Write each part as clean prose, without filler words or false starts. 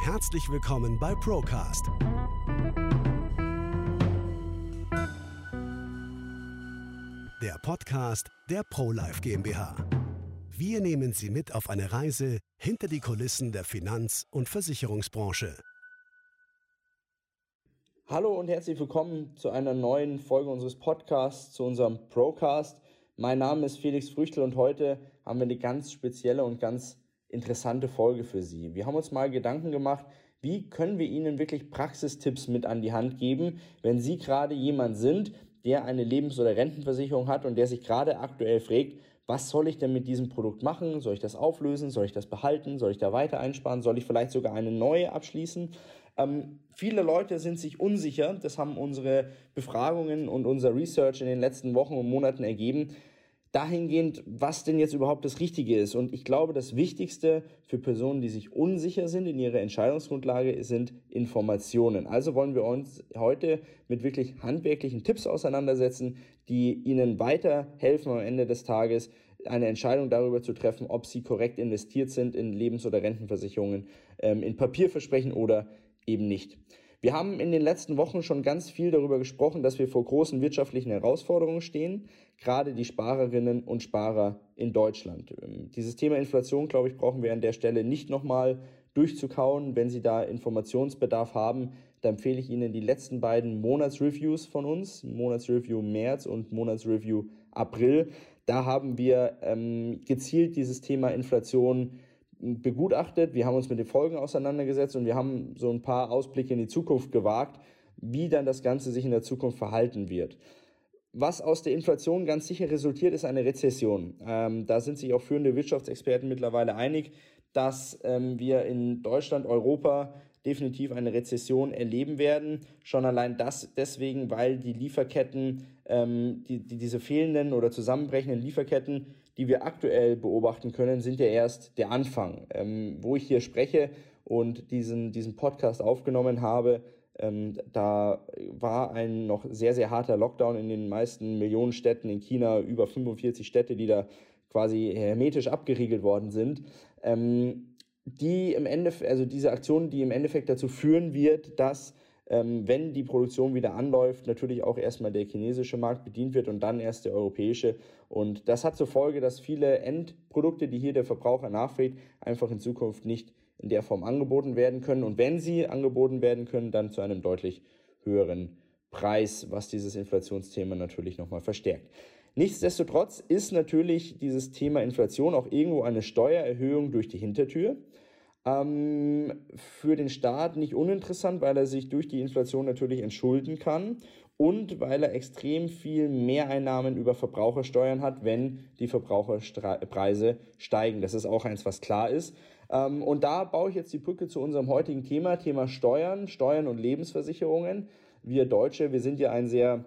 Herzlich willkommen bei Procast. Der Podcast der ProLife GmbH. Wir nehmen Sie mit auf eine Reise hinter die Kulissen der Finanz- und Versicherungsbranche. Hallo und herzlich willkommen zu einer neuen Folge unseres Podcasts, zu unserem Procast. Mein Name ist Felix Früchtel und heute haben wir eine ganz spezielle und ganz interessante Folge für Sie. Wir haben uns mal Gedanken gemacht, wie können wir Ihnen wirklich Praxistipps mit an die Hand geben, wenn Sie gerade jemand sind, der eine Lebens- oder Rentenversicherung hat und der sich gerade aktuell fragt, was soll ich denn mit diesem Produkt machen? Soll ich das auflösen? Soll ich das behalten? Soll ich da weiter einsparen? Soll ich vielleicht sogar eine neue abschließen? Viele Leute sind sich unsicher. Das haben unsere Befragungen und unser Research in den letzten Wochen und Monaten ergeben. Dahingehend, was denn jetzt überhaupt das Richtige ist. Und ich glaube, das Wichtigste für Personen, die sich unsicher sind in ihrer Entscheidungsgrundlage, sind Informationen. Also wollen wir uns heute mit wirklich handwerklichen Tipps auseinandersetzen, die Ihnen weiterhelfen am Ende des Tages, eine Entscheidung darüber zu treffen, ob Sie korrekt investiert sind in Lebens- oder Rentenversicherungen, in Papierversprechen oder eben nicht. Wir haben in den letzten Wochen schon ganz viel darüber gesprochen, dass wir vor großen wirtschaftlichen Herausforderungen stehen, gerade die Sparerinnen und Sparer in Deutschland. Dieses Thema Inflation, glaube ich, brauchen wir an der Stelle nicht nochmal durchzukauen. Wenn Sie da Informationsbedarf haben, dann empfehle ich Ihnen die letzten beiden Monatsreviews von uns, Monatsreview März und Monatsreview April. Da haben wir gezielt dieses Thema Inflation begutachtet, wir haben uns mit den Folgen auseinandergesetzt und wir haben so ein paar Ausblicke in die Zukunft gewagt, wie dann das Ganze sich in der Zukunft verhalten wird. Was aus der Inflation ganz sicher resultiert, ist eine Rezession. Da sind sich auch führende Wirtschaftsexperten mittlerweile einig, dass wir in Deutschland, Europa definitiv eine Rezession erleben werden. Schon allein das deswegen, weil die Lieferketten, diese fehlenden oder zusammenbrechenden Lieferketten, die wir aktuell beobachten können, sind ja erst der Anfang. Wo ich hier spreche und diesen Podcast aufgenommen habe, da war ein noch sehr, sehr harter Lockdown in den meisten Millionenstädten in China, über 45 Städte, die da quasi hermetisch abgeriegelt worden sind. Diese Aktion, die im Endeffekt dazu führen wird, dass wenn die Produktion wieder anläuft, natürlich auch erstmal der chinesische Markt bedient wird und dann erst der europäische. Und das hat zur Folge, dass viele Endprodukte, die hier der Verbraucher nachfragt, einfach in Zukunft nicht in der Form angeboten werden können. Und wenn sie angeboten werden können, dann zu einem deutlich höheren Preis, was dieses Inflationsthema natürlich nochmal verstärkt. Nichtsdestotrotz ist natürlich dieses Thema Inflation auch irgendwo eine Steuererhöhung durch die Hintertür. Für den Staat nicht uninteressant, weil er sich durch die Inflation natürlich entschulden kann und weil er extrem viel Mehreinnahmen über Verbrauchersteuern hat, wenn die Verbraucherpreise steigen. Das ist auch eins, was klar ist. Und da baue ich jetzt die Brücke zu unserem heutigen Thema Steuern und Lebensversicherungen. Wir Deutsche, wir sind ja ein sehr,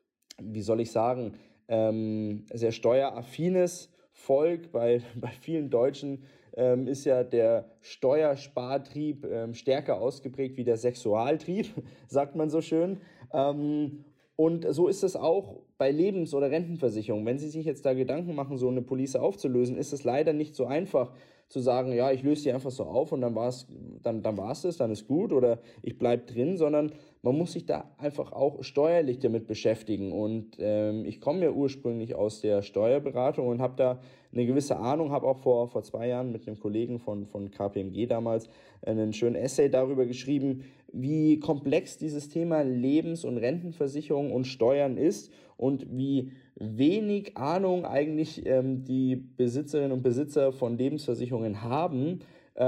sehr steueraffines Volk. Bei vielen Deutschen ist ja der Steuerspartrieb stärker ausgeprägt wie der Sexualtrieb, sagt man so schön. Und so ist es auch bei Lebens- oder Rentenversicherungen. Wenn Sie sich jetzt da Gedanken machen, so eine Police aufzulösen, ist es leider nicht so einfach zu sagen, ja, ich löse die einfach so auf und dann ist gut oder ich bleib drin, sondern man muss sich da einfach auch steuerlich damit beschäftigen. Und ich komme ja ursprünglich aus der Steuerberatung und habe da eine gewisse Ahnung, habe auch vor 2 Jahren mit einem Kollegen von KPMG damals einen schönen Essay darüber geschrieben, wie komplex dieses Thema Lebens- und Rentenversicherung und Steuern ist und wie wenig Ahnung eigentlich die Besitzerinnen und Besitzer von Lebensversicherungen haben,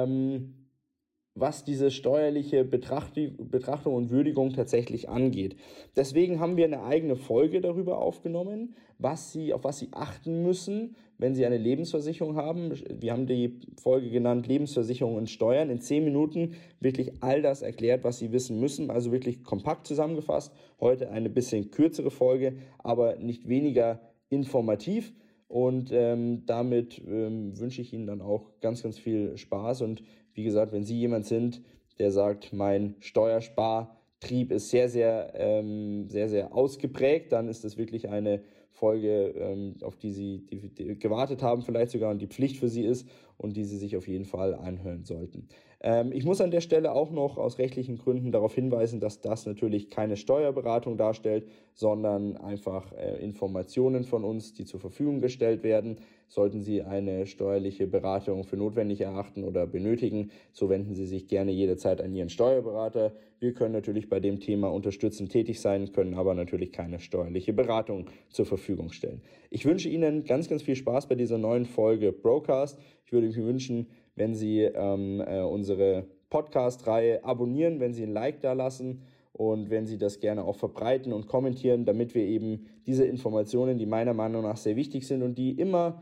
was diese steuerliche Betrachtung und Würdigung tatsächlich angeht. Deswegen haben wir eine eigene Folge darüber aufgenommen, auf was Sie achten müssen, wenn Sie eine Lebensversicherung haben. Wir haben die Folge genannt Lebensversicherung und Steuern. In 10 Minuten wirklich all das erklärt, was Sie wissen müssen, also wirklich kompakt zusammengefasst. Heute eine bisschen kürzere Folge, aber nicht weniger informativ. Und damit wünsche ich Ihnen dann auch ganz, ganz viel Spaß. Und wie gesagt, wenn Sie jemand sind, der sagt, mein Steuerspartrieb ist sehr, sehr ausgeprägt, dann ist das wirklich eine Folge, auf die Sie gewartet haben, vielleicht sogar und die Pflicht für Sie ist. und die Sie sich auf jeden Fall anhören sollten. Ich muss an der Stelle auch noch aus rechtlichen Gründen darauf hinweisen, dass das natürlich keine Steuerberatung darstellt, sondern einfach Informationen von uns, die zur Verfügung gestellt werden. Sollten Sie eine steuerliche Beratung für notwendig erachten oder benötigen, so wenden Sie sich gerne jederzeit an Ihren Steuerberater. Wir können natürlich bei dem Thema unterstützend tätig sein, können aber natürlich keine steuerliche Beratung zur Verfügung stellen. Ich wünsche Ihnen ganz, ganz viel Spaß bei dieser neuen Folge Brocast. Ich würde mir wünschen, wenn Sie unsere Podcast-Reihe abonnieren, wenn Sie ein Like da lassen und wenn Sie das gerne auch verbreiten und kommentieren, damit wir eben diese Informationen, die meiner Meinung nach sehr wichtig sind und die immer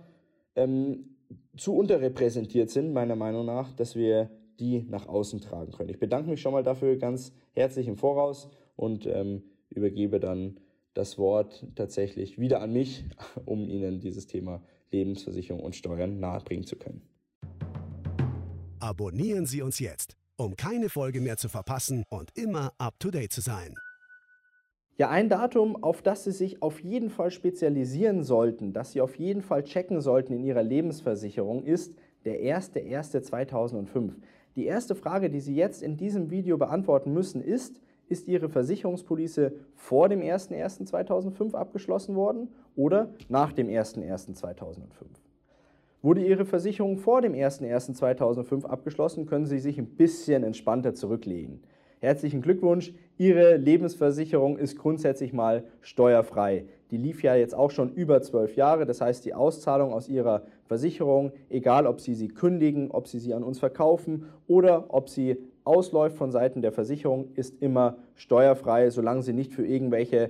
zu unterrepräsentiert sind, meiner Meinung nach, dass wir die nach außen tragen können. Ich bedanke mich schon mal dafür ganz herzlich im Voraus und übergebe dann das Wort tatsächlich wieder an mich, um Ihnen dieses Thema Lebensversicherung und Steuern nahebringen zu können. Abonnieren Sie uns jetzt, um keine Folge mehr zu verpassen und immer up-to-date zu sein. Ja, ein Datum, auf das Sie sich auf jeden Fall spezialisieren sollten, das Sie auf jeden Fall checken sollten in Ihrer Lebensversicherung, ist der 1.1.2005. Die erste Frage, die Sie jetzt in diesem Video beantworten müssen, ist Ihre Versicherungspolice vor dem 1.1.2005 abgeschlossen worden oder nach dem 1.1.2005? Wurde Ihre Versicherung vor dem 1.1.2005 abgeschlossen, können Sie sich ein bisschen entspannter zurücklegen. Herzlichen Glückwunsch, Ihre Lebensversicherung ist grundsätzlich mal steuerfrei. Die lief ja jetzt auch schon über 12 Jahre, das heißt die Auszahlung aus Ihrer Versicherung, egal ob Sie sie kündigen, ob Sie sie an uns verkaufen oder ob sie ausläuft von Seiten der Versicherung, ist immer steuerfrei, solange sie nicht für irgendwelche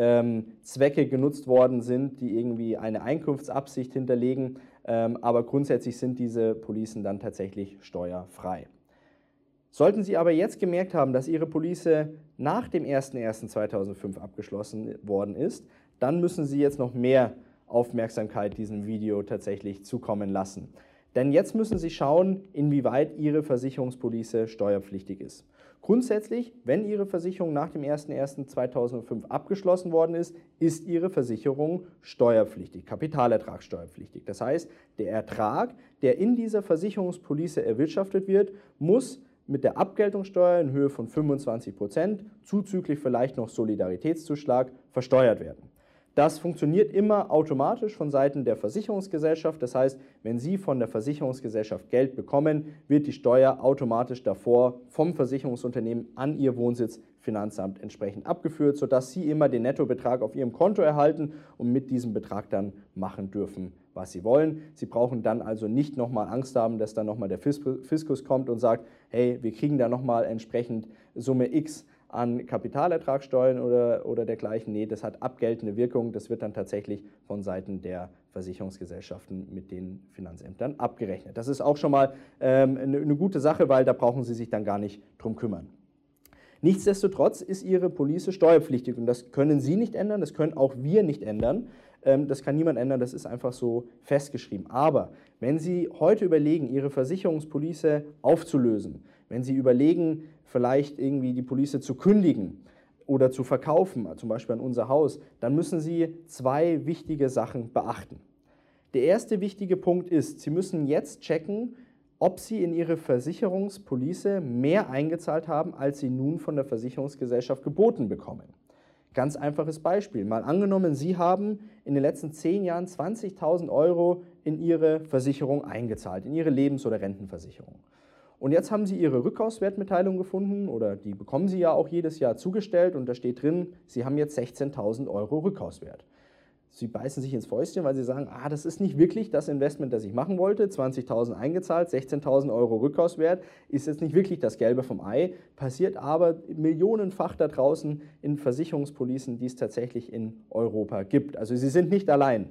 Zwecke genutzt worden sind, die irgendwie eine Einkunftsabsicht hinterlegen. Aber grundsätzlich sind diese Policen dann tatsächlich steuerfrei. Sollten Sie aber jetzt gemerkt haben, dass Ihre Police nach dem 1.1.2005 abgeschlossen worden ist, dann müssen Sie jetzt noch mehr Aufmerksamkeit diesem Video tatsächlich zukommen lassen. Denn jetzt müssen Sie schauen, inwieweit Ihre Versicherungspolice steuerpflichtig ist. Grundsätzlich, wenn Ihre Versicherung nach dem 1.1.2005 abgeschlossen worden ist, ist Ihre Versicherung steuerpflichtig, kapitalertragssteuerpflichtig. Das heißt, der Ertrag, der in dieser Versicherungspolice erwirtschaftet wird, muss mit der Abgeltungssteuer in Höhe von 25%, zuzüglich vielleicht noch Solidaritätszuschlag, versteuert werden. Das funktioniert immer automatisch von Seiten der Versicherungsgesellschaft. Das heißt, wenn Sie von der Versicherungsgesellschaft Geld bekommen, wird die Steuer automatisch davor vom Versicherungsunternehmen an Ihr Wohnsitzfinanzamt entsprechend abgeführt, sodass Sie immer den Nettobetrag auf Ihrem Konto erhalten und mit diesem Betrag dann machen dürfen, was Sie wollen. Sie brauchen dann also nicht nochmal Angst haben, dass dann nochmal der Fiskus kommt und sagt, hey, wir kriegen da nochmal entsprechend Summe X an Kapitalertragssteuern oder dergleichen. Nee, das hat abgeltende Wirkung. Das wird dann tatsächlich von Seiten der Versicherungsgesellschaften mit den Finanzämtern abgerechnet. Das ist auch schon mal eine gute Sache, weil da brauchen Sie sich dann gar nicht drum kümmern. Nichtsdestotrotz ist Ihre Police steuerpflichtig und das können Sie nicht ändern, das können auch wir nicht ändern. Das kann niemand ändern, das ist einfach so festgeschrieben. Aber wenn Sie heute überlegen, Ihre Versicherungspolice aufzulösen, wenn Sie überlegen, vielleicht irgendwie die Police zu kündigen oder zu verkaufen, zum Beispiel an unser Haus, dann müssen Sie zwei wichtige Sachen beachten. Der erste wichtige Punkt ist, Sie müssen jetzt checken, ob Sie in Ihre Versicherungspolice mehr eingezahlt haben, als Sie nun von der Versicherungsgesellschaft geboten bekommen. Ganz einfaches Beispiel. Mal angenommen, Sie haben in den letzten 10 Jahren 20.000 € in Ihre Versicherung eingezahlt, in Ihre Lebens- oder Rentenversicherung. Und jetzt haben Sie Ihre Rückkaufswertmitteilung gefunden oder die bekommen Sie ja auch jedes Jahr zugestellt und da steht drin, Sie haben jetzt 16.000 € Rückkaufswert. Sie beißen sich ins Fäustchen, weil Sie sagen, das ist nicht wirklich das Investment, das ich machen wollte, 20.000 eingezahlt, 16.000 € Rückkaufswert, ist jetzt nicht wirklich das Gelbe vom Ei, passiert aber millionenfach da draußen in Versicherungspolicen, die es tatsächlich in Europa gibt. Also Sie sind nicht allein.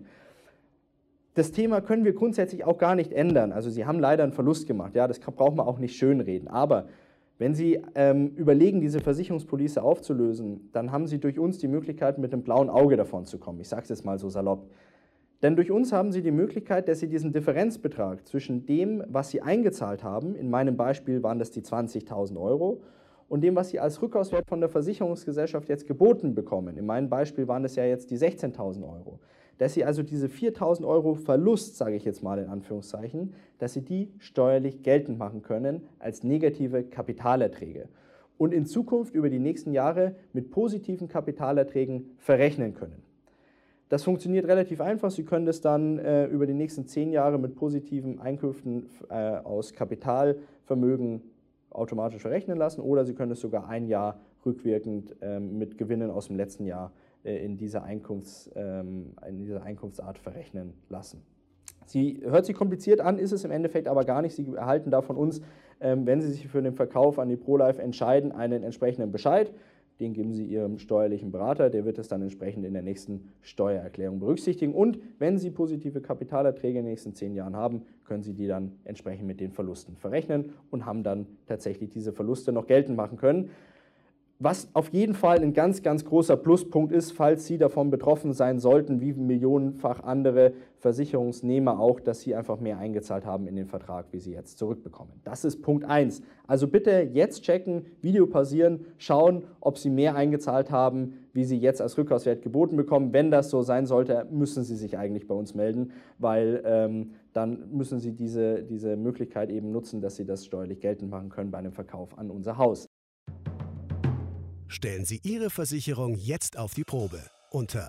Das Thema können wir grundsätzlich auch gar nicht ändern. Also Sie haben leider einen Verlust gemacht, ja, das braucht man auch nicht schönreden. Aber wenn Sie überlegen, diese Versicherungspolice aufzulösen, dann haben Sie durch uns die Möglichkeit, mit einem blauen Auge davon zu kommen. Ich sage es jetzt mal so salopp. Denn durch uns haben Sie die Möglichkeit, dass Sie diesen Differenzbetrag zwischen dem, was Sie eingezahlt haben, in meinem Beispiel waren das die 20.000 €, und dem, was Sie als Rückkaufswert von der Versicherungsgesellschaft jetzt geboten bekommen, in meinem Beispiel waren es ja jetzt die 16.000 €, dass Sie also diese 4.000 Euro Verlust, sage ich jetzt mal in Anführungszeichen, dass Sie die steuerlich geltend machen können als negative Kapitalerträge und in Zukunft über die nächsten Jahre mit positiven Kapitalerträgen verrechnen können. Das funktioniert relativ einfach. Sie können das dann über die nächsten 10 Jahre mit positiven Einkünften aus Kapitalvermögen automatisch verrechnen lassen oder Sie können es sogar ein Jahr rückwirkend mit Gewinnen aus dem letzten Jahr in dieser Einkunftsart verrechnen lassen. Hört sich kompliziert an, ist es im Endeffekt aber gar nicht. Sie erhalten da von uns, wenn Sie sich für den Verkauf an die ProLife entscheiden, einen entsprechenden Bescheid. Den geben Sie Ihrem steuerlichen Berater, der wird es dann entsprechend in der nächsten Steuererklärung berücksichtigen. Und wenn Sie positive Kapitalerträge in den nächsten 10 Jahren haben, können Sie die dann entsprechend mit den Verlusten verrechnen und haben dann tatsächlich diese Verluste noch geltend machen können. Was auf jeden Fall ein ganz, ganz großer Pluspunkt ist, falls Sie davon betroffen sein sollten, wie millionenfach andere Versicherungsnehmer auch, dass Sie einfach mehr eingezahlt haben in den Vertrag, wie Sie jetzt zurückbekommen. Das ist Punkt 1. Also bitte jetzt checken, Video pausieren, schauen, ob Sie mehr eingezahlt haben, wie Sie jetzt als Rückkaufswert geboten bekommen. Wenn das so sein sollte, müssen Sie sich eigentlich bei uns melden, weil dann müssen Sie diese Möglichkeit eben nutzen, dass Sie das steuerlich geltend machen können bei einem Verkauf an unser Haus. Stellen Sie Ihre Versicherung jetzt auf die Probe unter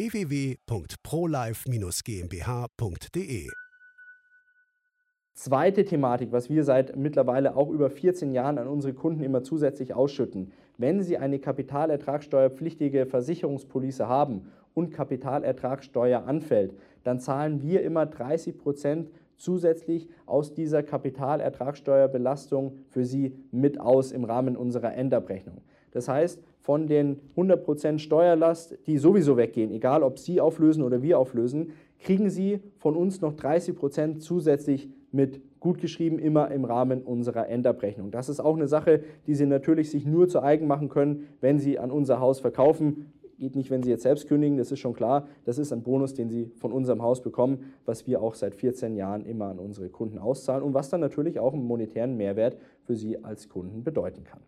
www.prolife-gmbh.de. Zweite Thematik, was wir seit mittlerweile auch über 14 Jahren an unsere Kunden immer zusätzlich ausschütten. Wenn Sie eine kapitalertragssteuerpflichtige Versicherungspolice haben und Kapitalertragssteuer anfällt, dann zahlen wir immer 30% zusätzlich aus dieser Kapitalertragssteuerbelastung für Sie mit aus im Rahmen unserer Endabrechnung. Das heißt, von den 100% Steuerlast, die sowieso weggehen, egal ob Sie auflösen oder wir auflösen, kriegen Sie von uns noch 30% zusätzlich mit gutgeschrieben, immer im Rahmen unserer Endabrechnung. Das ist auch eine Sache, die Sie natürlich sich nur zu eigen machen können, wenn Sie an unser Haus verkaufen. Geht nicht, wenn Sie jetzt selbst kündigen, das ist schon klar. Das ist ein Bonus, den Sie von unserem Haus bekommen, was wir auch seit 14 Jahren immer an unsere Kunden auszahlen und was dann natürlich auch einen monetären Mehrwert für Sie als Kunden bedeuten kann.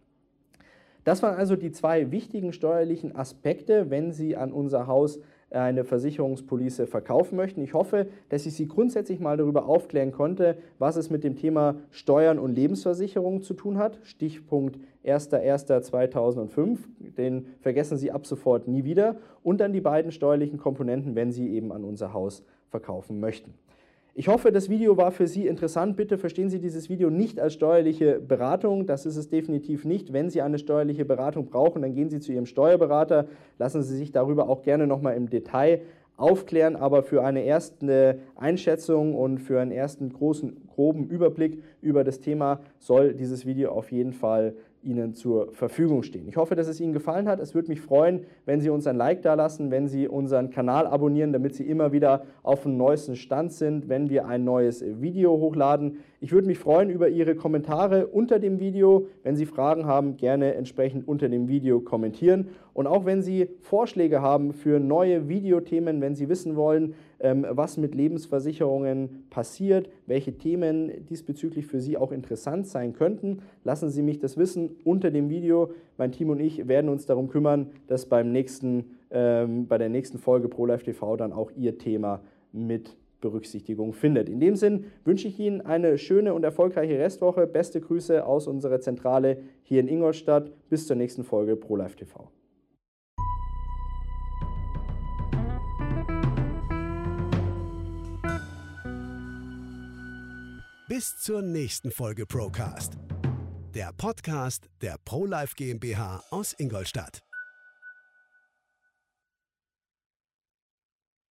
Das waren also die 2 wichtigen steuerlichen Aspekte, wenn Sie an unser Haus eine Versicherungspolice verkaufen möchten. Ich hoffe, dass ich Sie grundsätzlich mal darüber aufklären konnte, was es mit dem Thema Steuern und Lebensversicherung zu tun hat. Stichpunkt 1.1.2005, den vergessen Sie ab sofort nie wieder. Und dann die beiden steuerlichen Komponenten, wenn Sie eben an unser Haus verkaufen möchten. Ich hoffe, das Video war für Sie interessant. Bitte verstehen Sie dieses Video nicht als steuerliche Beratung. Das ist es definitiv nicht. Wenn Sie eine steuerliche Beratung brauchen, dann gehen Sie zu Ihrem Steuerberater. Lassen Sie sich darüber auch gerne nochmal im Detail aufklären. Aber für eine erste Einschätzung und für einen ersten groben Überblick über das Thema soll dieses Video auf jeden Fall Ihnen zur Verfügung stehen. Ich hoffe, dass es Ihnen gefallen hat. Es würde mich freuen, wenn Sie uns ein Like dalassen, wenn Sie unseren Kanal abonnieren, damit Sie immer wieder auf dem neuesten Stand sind, wenn wir ein neues Video hochladen. Ich würde mich freuen über Ihre Kommentare unter dem Video. Wenn Sie Fragen haben, gerne entsprechend unter dem Video kommentieren. Und auch wenn Sie Vorschläge haben für neue Videothemen, wenn Sie wissen wollen, was mit Lebensversicherungen passiert, welche Themen diesbezüglich für Sie auch interessant sein könnten, lassen Sie mich das wissen unter dem Video. Mein Team und ich werden uns darum kümmern, dass bei der nächsten Folge ProLife TV dann auch Ihr Thema mit Berücksichtigung findet. In dem Sinn wünsche ich Ihnen eine schöne und erfolgreiche Restwoche. Beste Grüße aus unserer Zentrale hier in Ingolstadt. Bis zur nächsten Folge ProLife TV. Bis zur nächsten Folge Procast, der Podcast der ProLife GmbH aus Ingolstadt.